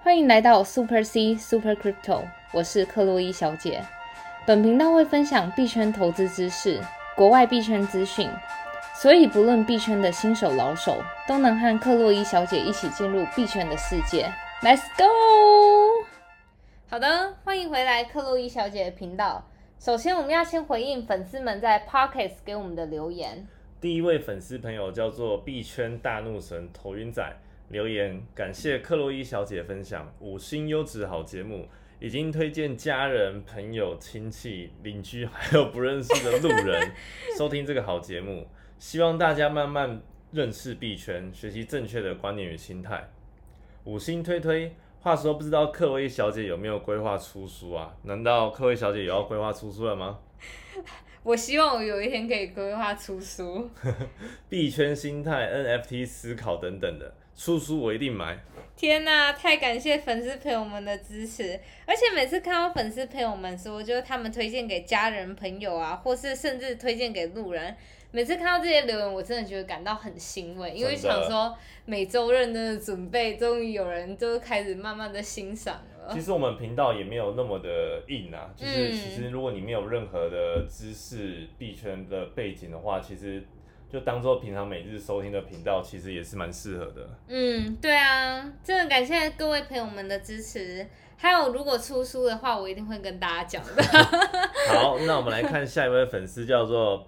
欢迎来到 Super C Super Crypto， 我是克洛伊小姐。本频道会分享币圈投资知识、国外币圈资讯，所以不论币圈的新手老手，都能和克洛伊小姐一起进入币圈的世界。Let's go！ 好的，欢迎回来克洛伊小姐的频道。首先，我们要先回应粉丝们在 Podcast 给我们的留言。 第一位粉丝朋友叫做币圈大怒神头晕仔。留言感谢克洛伊小姐分享5星优质好节目，已经推荐家人、朋友、亲戚、邻居还有不认识的路人收听这个好节目，希望大家慢慢认识币圈，学习正确的观念与心态。5星推推。话说不知道克洛伊小姐有没有规划出书啊？难道克洛伊小姐有要规划出书了吗？ 我希望我有一天可以规划出书。 币圈心态、NFT 思考等等的。出书我一定买！ 天哪，太感谢粉丝朋友们的支持！而且每次看到粉丝朋友们说，就是他们推荐给家人朋友啊，或是甚至推荐给路人，每次看到这些留言，我真的觉得感到很欣慰，因为想说每周认真的准备，终于有人就开始慢慢的欣赏了。 其实我们频道也没有那么的硬啊，就是其实如果你没有任何的知识币圈的背景的话，其实就当做平常每日收听的频道，其实也是蛮适合的。 对啊，真的感谢各位朋友们的支持。还有，如果出书的话，我一定会跟大家讲的。 好，那我们来看下一位粉丝，叫做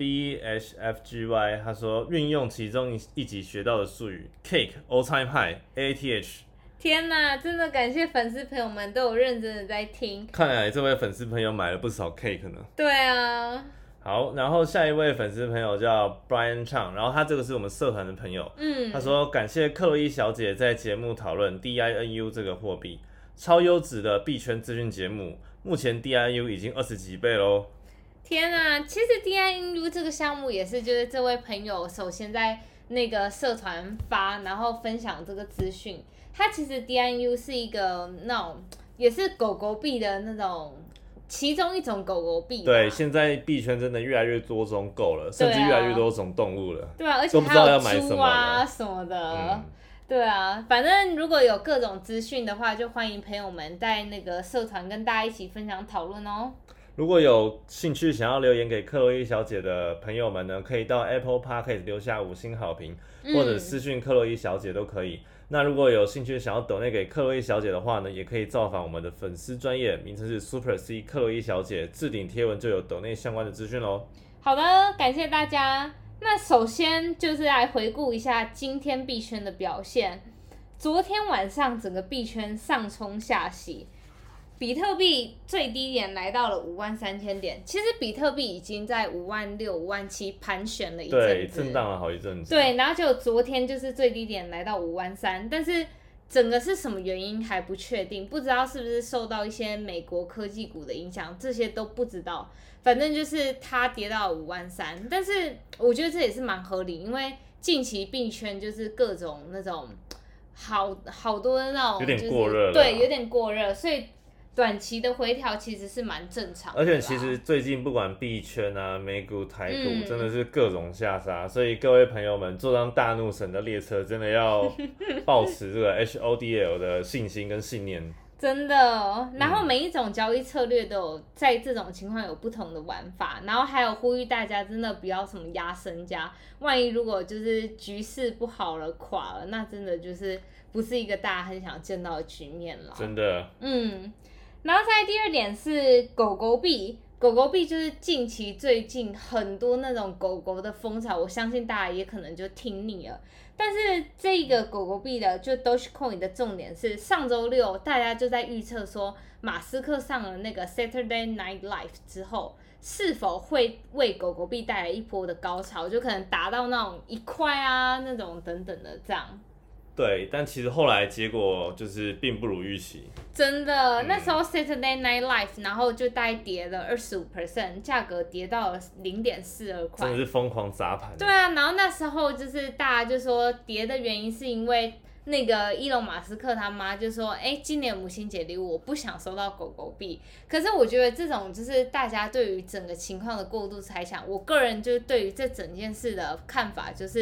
BHFGY， 他说运用其中一集学到的术语 Cake All Time High AATH。 天哪，真的感谢粉丝朋友们都有认真的在听。 看来这位粉丝朋友买了不少 cake 呢。 对啊。 好，然后下一位粉丝朋友叫 Brian Chang， 然后他这个是我们社团的朋友，他说感谢克洛伊小姐在节目讨论 DINU 这个货币，超优质的币圈资讯节目，目前 DINU 已经20几倍咯。 天啊，其实 DINU 这个项目也是就是这位朋友首先在那个社团发，然后分享这个资讯。它其实 DINU 是一个那种也是狗狗币的那种其中一种狗狗币。 对，现在币圈真的越来越多种狗了，甚至越来越多种动物了。 对啊，而且还有猪啊什么的。对啊，反正如果有各种资讯的话，就欢迎朋友们在那个社团跟大家一起分享讨论哦。 如果有兴趣想要留言给克洛伊小姐的朋友们呢，可以到 Apple Podcast 留下5星好评，或者私讯克洛伊小姐都可以。那如果有兴趣想要抖内给克洛伊小姐的话呢，也可以造访我们的粉丝专页，名称是 Super C 克洛伊小姐，置顶贴文就有抖内相关的资讯咯。 好的，感谢大家。那首先就是来回顾一下今天币圈的表现。昨天晚上整个币圈上冲下洗，比特币最低点来到了53000点，其实比特币已经在56000、57000盘旋了一阵子， 对，震荡了好一阵子。 对，然后就昨天就是最低点来到53000，但是整个是什么原因还不确定，不知道是不是受到一些美国科技股的影响，这些都不知道。反正就是它跌到53000，但是我觉得这也是蛮合理，因为近期币圈就是各种那种好多的那种、 有点过热了， 对，有点过热，所以短期的回调其实是蛮正常的。 而且其实最近不管币圈啊、美股、台股，真的是各种下杀，所以各位朋友们坐上大怒神的列车，真的要抱持这个 HODL 的信心跟信念。 真的，然后每一种交易策略都有在这种情况有不同的玩法，然后还有呼吁大家真的不要什么压身家，万一如果就是局势不好了、垮了，那真的就是不是一个大家很想见到的局面了。 真的。 然后再第二点是狗狗币。狗狗币就是近期最近很多那种狗狗的风潮，我相信大家也可能就听腻了。但是这个狗狗币的就 Dogecoin 的重点是上周六大家就在预测说，马斯克上了那个 Saturday Night Live 之后，是否会为狗狗币带来一波的高潮，就可能达到那种1块啊那种等等的这样。 对，但其实后来结果就是并不如预期。 真的，那时候 Saturday Night Live， 然后就大概跌了25%，价格跌到了0.42块， 真的是疯狂砸盘。 对啊，然后那时候就是大家就说跌的原因是因为那个伊隆马斯克他妈就说，今年母亲节礼物我不想收到狗狗币。可是我觉得这种就是大家对于整个情况的过度猜想，我个人就是对于这整件事的看法就是。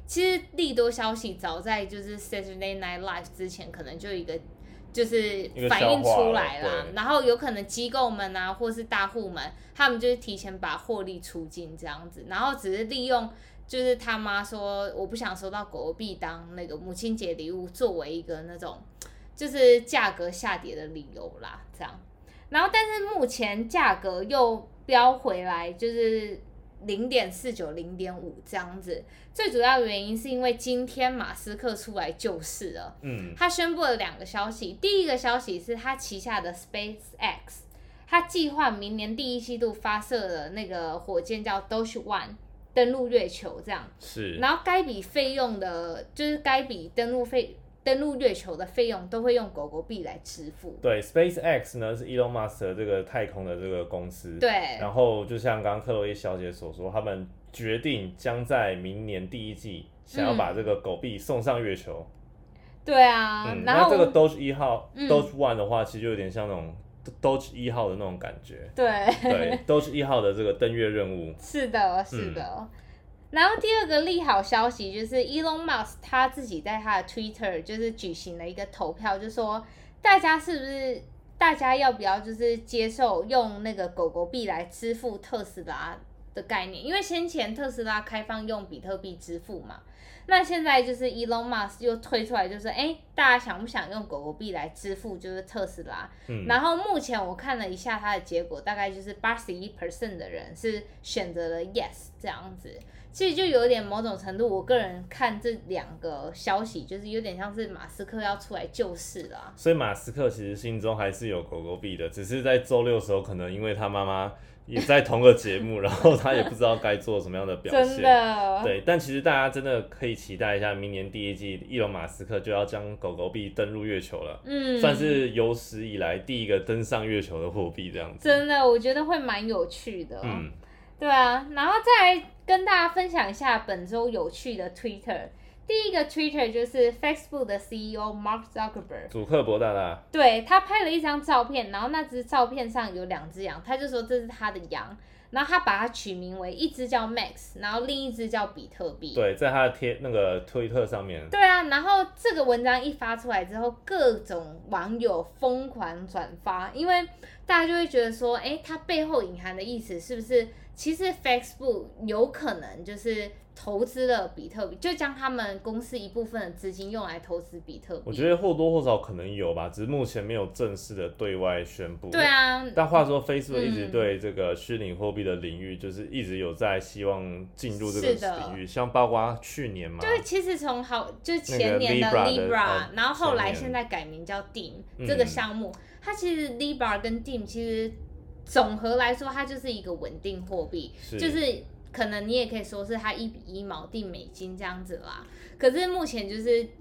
其实利多消息早在就是 Saturday Night Live 之前，可能就一个就是反映出来啦，然后有可能机构们啊，或是大户们，他们就是提前把获利出尽这样子，然后只是利用就是他妈说我不想收到狗狗币当那个母亲节礼物，作为一个那种就是价格下跌的理由啦，这样。然后但是目前价格又飙回来，就是0.49、0.5这样子。最主要的原因是因为今天马斯克出来救市了，他宣布了2个消息。第一个消息是他旗下的 SpaceX， 他计划明年第1季度发射的那个火箭叫 Doge One 登陆月球这样。 是。 然后该笔费用的，就是该笔登陆月球的费用都会用狗狗币来支付。 对 ，SpaceX 呢是 Elon Musk 的这个太空的这个公司。 对。 然后就像刚刚克洛伊小姐所说，他们决定将在明年第1季想要把这个狗币送上月球。 对啊。然后那这个 Doge 1号、Doge One 的话，其实就有点像那种 Doge 1号的那种感觉。 对。 对 ，Doge 1号的这个登月任务。 是的，是的。然后第二个利好消息就是 Elon Musk 他自己在他的 Twitter 就是举行了一个投票，就说大家要不要就是接受用那个狗狗币来支付特斯拉的概念，因为先前特斯拉开放用比特币支付嘛，那现在就是 Elon Musk 又推出来，就是大家想不想用狗狗币来支付就是特斯拉？然后目前我看了一下它的结果，大概就是81% 的人是选择了 yes 这样子。其实就有点某种程度，我个人看这2个消息，就是有点像是马斯克要出来救市啦。 所以马斯克其实心中还是有狗狗币的，只是在周6的时候，可能因为他妈妈也在同个节目，然后他也不知道该做什么样的表现。 真的。 对，但其实大家真的可以期待一下，明年第1季，伊隆马斯克就要将狗狗币登入月球了。算是有史以来第一个登上月球的货币这样子。 真的，我觉得会蛮有趣的。对啊，然后再来跟大家分享一下本周有趣的 Twitter。第一个 Twitter 就是 Facebook 的 CEO Mark Zuckerberg， 祖克伯大大。 对，他拍了一张照片，然后那只照片上有2只羊，他就说这是他的羊，然后他把它取名为一只叫 Max， 然后另一只叫比特币。 对，在他的那个推特上面。 对啊，然后这个文章一发出来之后，各种网友疯狂转发，因为大家就会觉得说，它背后隐含的意思是不是？其实 Facebook 有可能就是投资了比特币，就将他们公司一部分的资金用来投资比特币。 我觉得或多或少可能有吧，只是目前没有正式的对外宣布。 对啊。 但话说 Facebook 一直对这个虚拟货币的领域，就是一直有在希望进入这个领域，像包括去年嘛。 对，其实从就是前年的 Libra， 然后后来现在改名叫 DIM 这个项目，它其实 Libra 跟 DIM 其实总和来说，它就是一个稳定货币，就是可能你也可以说是它1比1锚定美金这样子啦。可是目前就是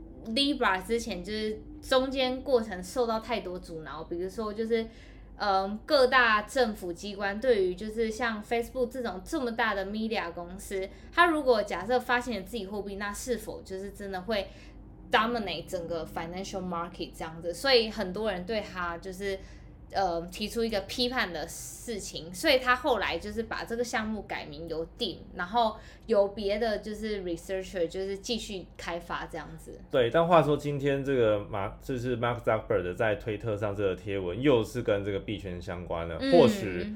Libra 之前就是中间过程受到太多阻挠，比如说就是各大政府机关对于就是像 Facebook 这么大的 media 公司，它如果假设发行了自己货币，那是否就是真的会 dominate 整个 financial market 这样子？所以很多人对它就是提出一个批判的事情，所以他后来就是把这个项目改名由 DIM， 然后有别的就是 researcher 就是继续开发这样子。 对，但话说今天这个就是 Mark Zuckerberg 在推特上这个贴文又是跟这个币圈相关的，或许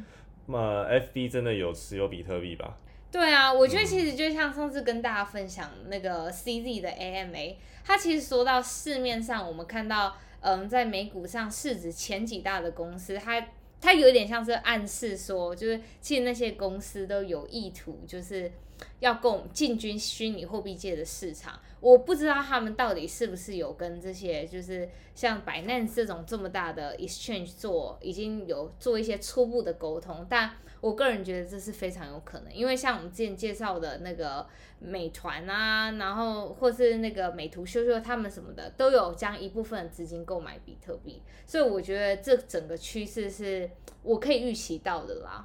FB 真的有持有比特币吧？ 对啊，我觉得其实就像上次跟大家分享那个 CZ 的 AMA， 它其实说到市面上我们看到在美股上市值前几大的公司，它有点像是暗示说，就是其实那些公司都有意图，就是要进军虚拟货币界的市场。我不知道他们到底是不是有跟这些就是像 Binance 这么大的 exchange 已经有做一些初步的沟通，但我个人觉得这是非常有可能，因为像我们之前介绍的那个美团啊，然后或是那个美图秀秀他们什么的，都有将一部分的资金购买比特币，所以我觉得这整个趋势是我可以预期到的啦。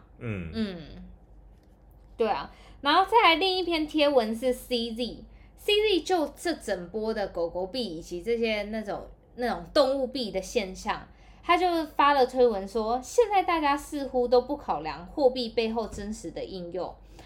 对啊，然后再来另一篇贴文是 CZ 就这整波的狗狗币以及这些那种动物币的现象，他就发了推文说，现在大家似乎都不考量货币背后真实的应用，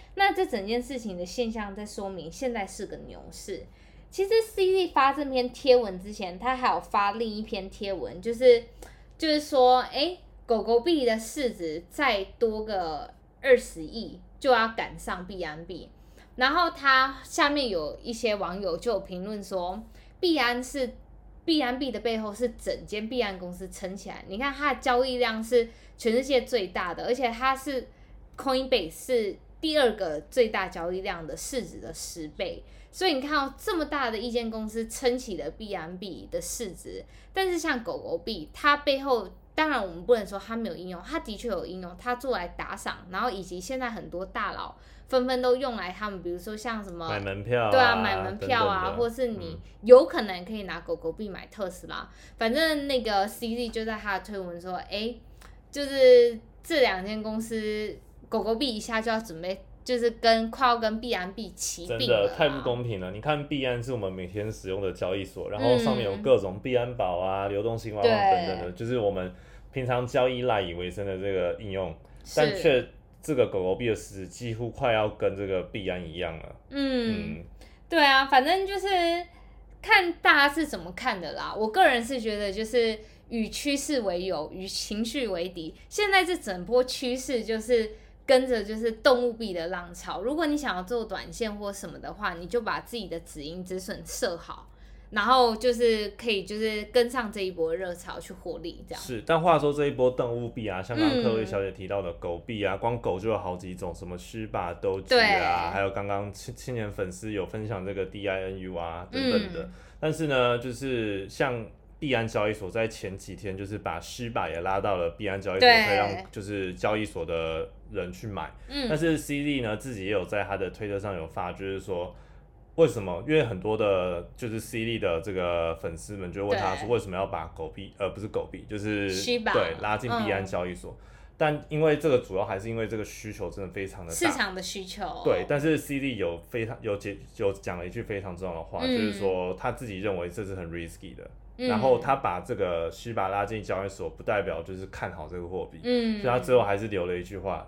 那这整件事情的现象在说明现在是个牛市。其实 CZ 发这篇贴文之前，他还有发另一篇贴文，就是说，狗狗币的市值再多个20亿就要赶上币安币。然后他下面有一些网友就有评论说，币安币的背后是整间币安公司撑起来。你看它的交易量是全世界最大的，而且它是 Coinbase 是第2个最大交易量的市值的10倍。所以你看到这么大的一间公司撑起了币安币的市值，但是像狗狗币，它背后当然我们不能说它没有应用，它的确有应用，它做来打赏，然后以及现在很多大佬纷纷都用来他们，比如说像什么买门票， 对啊，买门票啊， 等等， 或是你有可能可以拿狗狗币买特斯拉。反正那个 CZ 就在他的推文说，就是这2间公司狗狗币一下就要准备。就是快要跟币安币齐并了， 真的太不公平了。你看币安是我们每天使用的交易所，然后上面有各种币安宝啊、流动性挖矿等等的，就是我们平常交易赖以为生的这个应用，但却这个狗狗币的市值几乎快要跟这个币安一样了。 对啊，反正就是看大家是怎么看的啦。我个人是觉得就是与趋势为友，与情绪为敌。现在这整波趋势就是跟着就是动物币的浪潮，如果你想要做短线或什么的话，你就把自己的止盈止损设好，然后就是可以就是跟上这一波热潮去获利，这样是。但话说这一波动物币啊，像刚刚克洛伊小姐提到的狗币啊，光狗就有好几种，什么Shiba Doji啊，还有刚刚青年粉丝有分享这个 DINU 啊等等的。但是呢，就是像币安交易所在前几天就是把Shiba也拉到了币安交易所，可以让就是交易所的人去买。但是 CZ 呢自己也有在他的推特上有发，就是说为什么？因为很多的就是 CZ 的这个粉丝们就问他说，为什么要把狗币不是狗币，就是 Shiba 对拉进币安交易所？但因为这个主要还是因为这个需求真的非常的大， 市场的需求。 对，但是 CD 有讲了一句非常重要的话，就是说他自己认为这是很 risky 的。然后他把这个Shiba拉进交易所，不代表就是看好这个货币，所以他最后还是留了一句话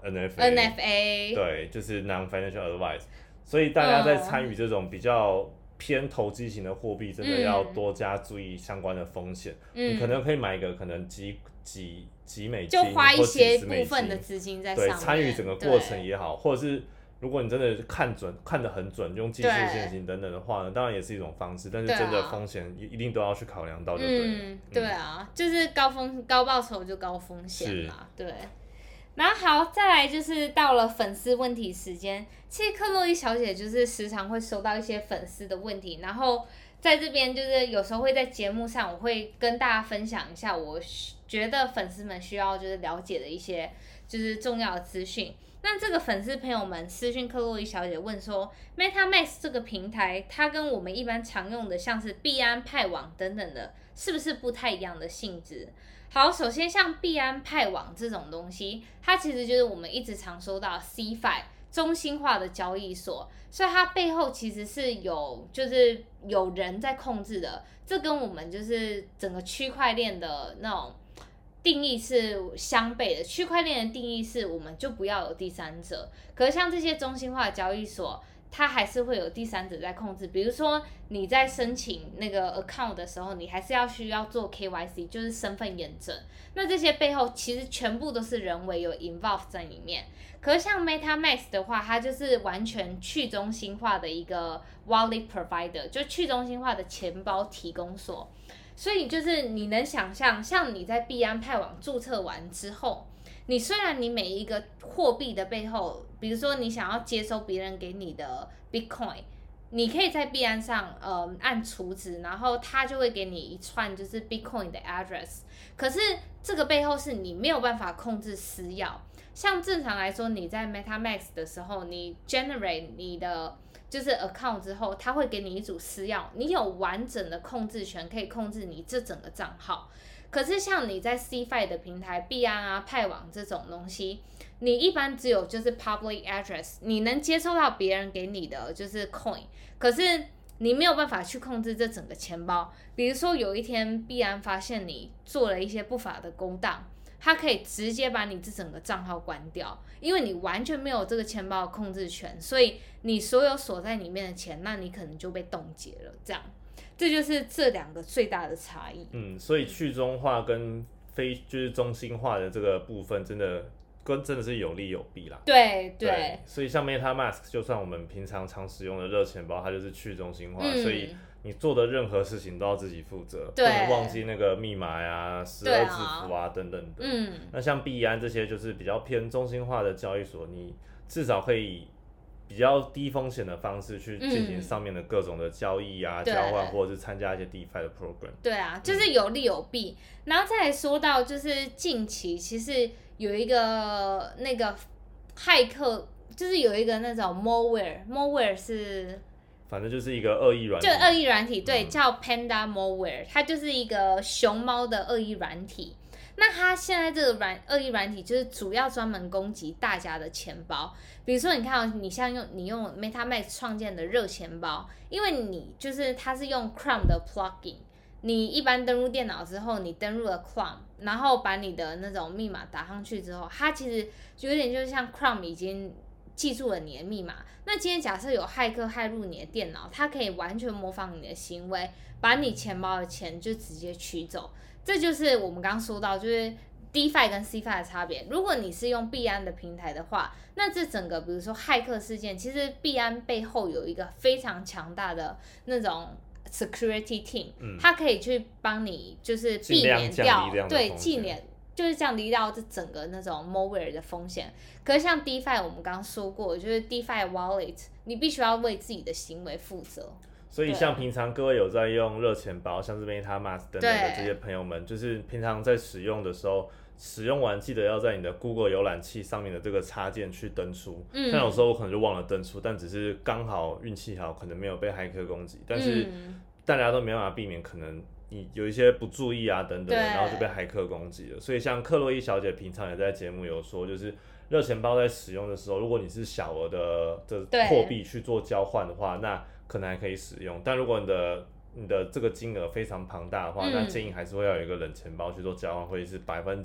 NFA， 对，就是 non-financial advice。所以大家在参与这种比较偏投机型的货币，真的要多加注意相关的风险。你可能可以买一个可能几美金， 就花一些部分的资金在上面， 对，参与整个过程也好，或者是如果你真的看得很准，用技术线型等等的话呢，当然也是一种方式，但是真的风险一定都要去考量到就对了。 对啊，就是高报酬就高风险啦，对。然后好，再来就是到了粉丝问题时间。其实克洛伊小姐就是时常会收到一些粉丝的问题，然后在这边就是有时候会在节目上，我会跟大家分享一下我觉得粉丝们需要就是了解的一些就是重要的资讯。那这个粉丝朋友们私讯克洛伊小姐问说 ，MetaMask 这个平台，它跟我们一般常用的像是币安、派网等等的，是不是不太一样的性质？好，首先像币安、派网这种东西，它其实就是我们一直常说到 CeFi 中心化的交易所，所以它背后其实是就是有人在控制的。这跟我们就是整个区块链的那种定义是相悖的。区块链的定义是我们就不要有第三者，可是像这些中心化的交易所，它还是会有第三者在控制。比如说你在申请那个 account 的时候，你还是需要做 KYC， 就是身份验证。那这些背后其实全部都是人为有 involve 在里面。可是像 MetaMask 的话，它就是完全去中心化的一个 wallet provider， 就去中心化的钱包提供所。所以就是你能想象，像你在币安派网注册完之后，你虽然你每一个货币的背后，比如说你想要接收别人给你的 Bitcoin， 你可以在币安上按储值，然后它就会给你一串就是 Bitcoin 的 address。可是这个背后是你没有办法控制私钥。像正常来说，你在 MetaMask 的时候，你 generate 你的就是 account 之后，它会给你一组私钥，你有完整的控制权，可以控制你这整个账号。可是像你在 CeFi 的平台，币安啊、派网这种东西，你一般只有就是 public address， 你能接收到别人给你的就是 coin， 可是你没有办法去控制这整个钱包。比如说有一天币安发现你做了一些不法的勾当， 它可以直接把你这整个账号关掉，因为你完全没有这个钱包的控制权，所以你所有锁在里面的钱，那你可能就被冻结了。这就是这两个最大的差异。 所以去中化跟非就是中心化的这个部分，真的是有利有弊啦。 对， 所以像 MetaMask， 就算我们平常常使用的热钱包，它就是去中心化，所以你做的任何事情都要自己负责，不能忘记那个密码呀、12字符啊等等的。那像币安这些就是比较偏中心化的交易所，你至少可以比较低风险的方式去进行上面的各种的交易啊、交换，或者是参加一些 DeFi 的 program。 对啊，就是有利有弊。然后再来说到，就是近期其实有一个那个骇客，就是有一个那种 malware 是。 反正就是一个恶意软体， 就恶意软体，对，叫 Panda malware， 它就是一个熊猫的恶意软体。那它现在这个恶意软体就是主要专门攻击大家的钱包，比如说你看你像你用 MetaMask 创建的热钱包，因为你就是它是用 Chrome 的 plugin， 你一般登录电脑之后，你登录了 Chrome， 然后把你的那种密码打上去之后，它其实有点就是像 Chrome 已经记住了你的密码。那今天假设有骇客骇入你的电脑，他可以完全模仿你的行为，把你钱包的钱就直接取走。这就是我们刚刚说到，就是 DeFi 跟 CeFi 的差别。如果你是用币安的平台的话，那这整个比如说骇客事件，其实币安背后有一个非常强大的那种 security team，它可以去帮你就是避免掉，对，就是降低到这整个那种 malware 的风险。可是像 DeFi 我们刚刚说过，就是 DeFi wallet， 你必须要为自己的行为负责。 所以像平常各位有在用热钱包，像是 MetaMask 等等的这些朋友们，就是平常在使用的时候，使用完记得要在你的 Google 浏览器上面的这个插件去登出。像有时候我可能就忘了登出，但只是刚好运气好，可能没有被骇客攻击，但是大家都没办法避免可能你有一些不注意啊等等的，然后就被骇客攻击了。所以像克洛伊小姐平常也在节目有说，就是热钱包在使用的时候，如果你是小额的货币去做交换的话，那可能还可以使用。但如果你的这个金额非常庞大的话，那建议还是会要有一个冷钱包去做交换，会是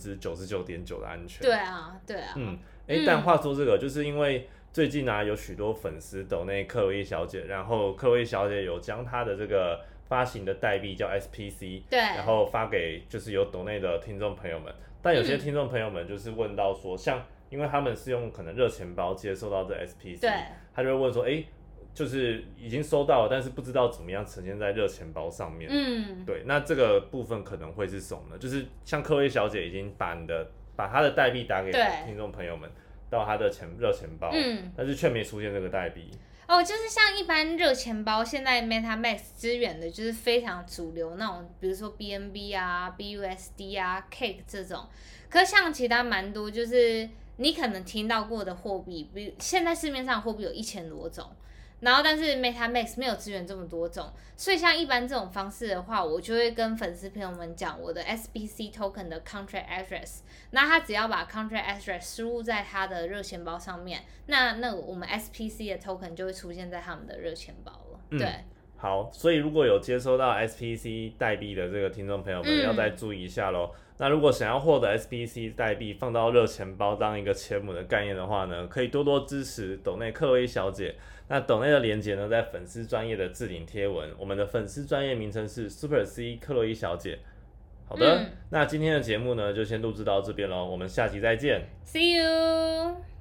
99.9%的安全。 对啊。 但话说这个，就是因为最近有许多粉丝抖内克洛伊小姐，然后克洛伊小姐有将她的这个发行的代币叫 SPC， 对， 然后发给就是有抖内的听众朋友们。但有些听众朋友们就是问到说，像因为他们是用可能热钱包接收到这 SPC， 他就会问说，就是已经收到了，但是不知道怎么样呈现在热钱包上面。对，那这个部分可能会是什么呢？就是像克薇小姐已经把她的代币打给听众朋友们到她的热钱包，但是却没出现这个代币。 就是像一般热钱包，现在 MetaMask 支援的就是非常主流那种，比如说 BNB 啊、BUSD 啊、Cake 这种。可是像其他蛮多，就是你可能听到过的货币，比如现在市面上的货币有1000多种。然后，但是 MetaMask 没有支援这么多种，所以像一般这种方式的话，我就会跟粉丝朋友们讲我的 SBC token 的 contract address， 那他只要把 contract address 输入在他的热钱包上面，那我们 SPC 的 token 就会出现在他们的热钱包了。对， 好，所以如果有接收到 SPC 代币的这个听众朋友们，要再注意一下咯。那如果想要获得 SPC 代币放到热钱包当一个钱母的概念的话呢，可以多多支持抖内克薇小姐。那抖内的连结呢，在粉丝专页的置顶贴文，我们的粉丝专页名称是 Super C 克洛伊小姐。好的，那今天的节目呢，就先录制到这边咯，我们下期再见 ，See you。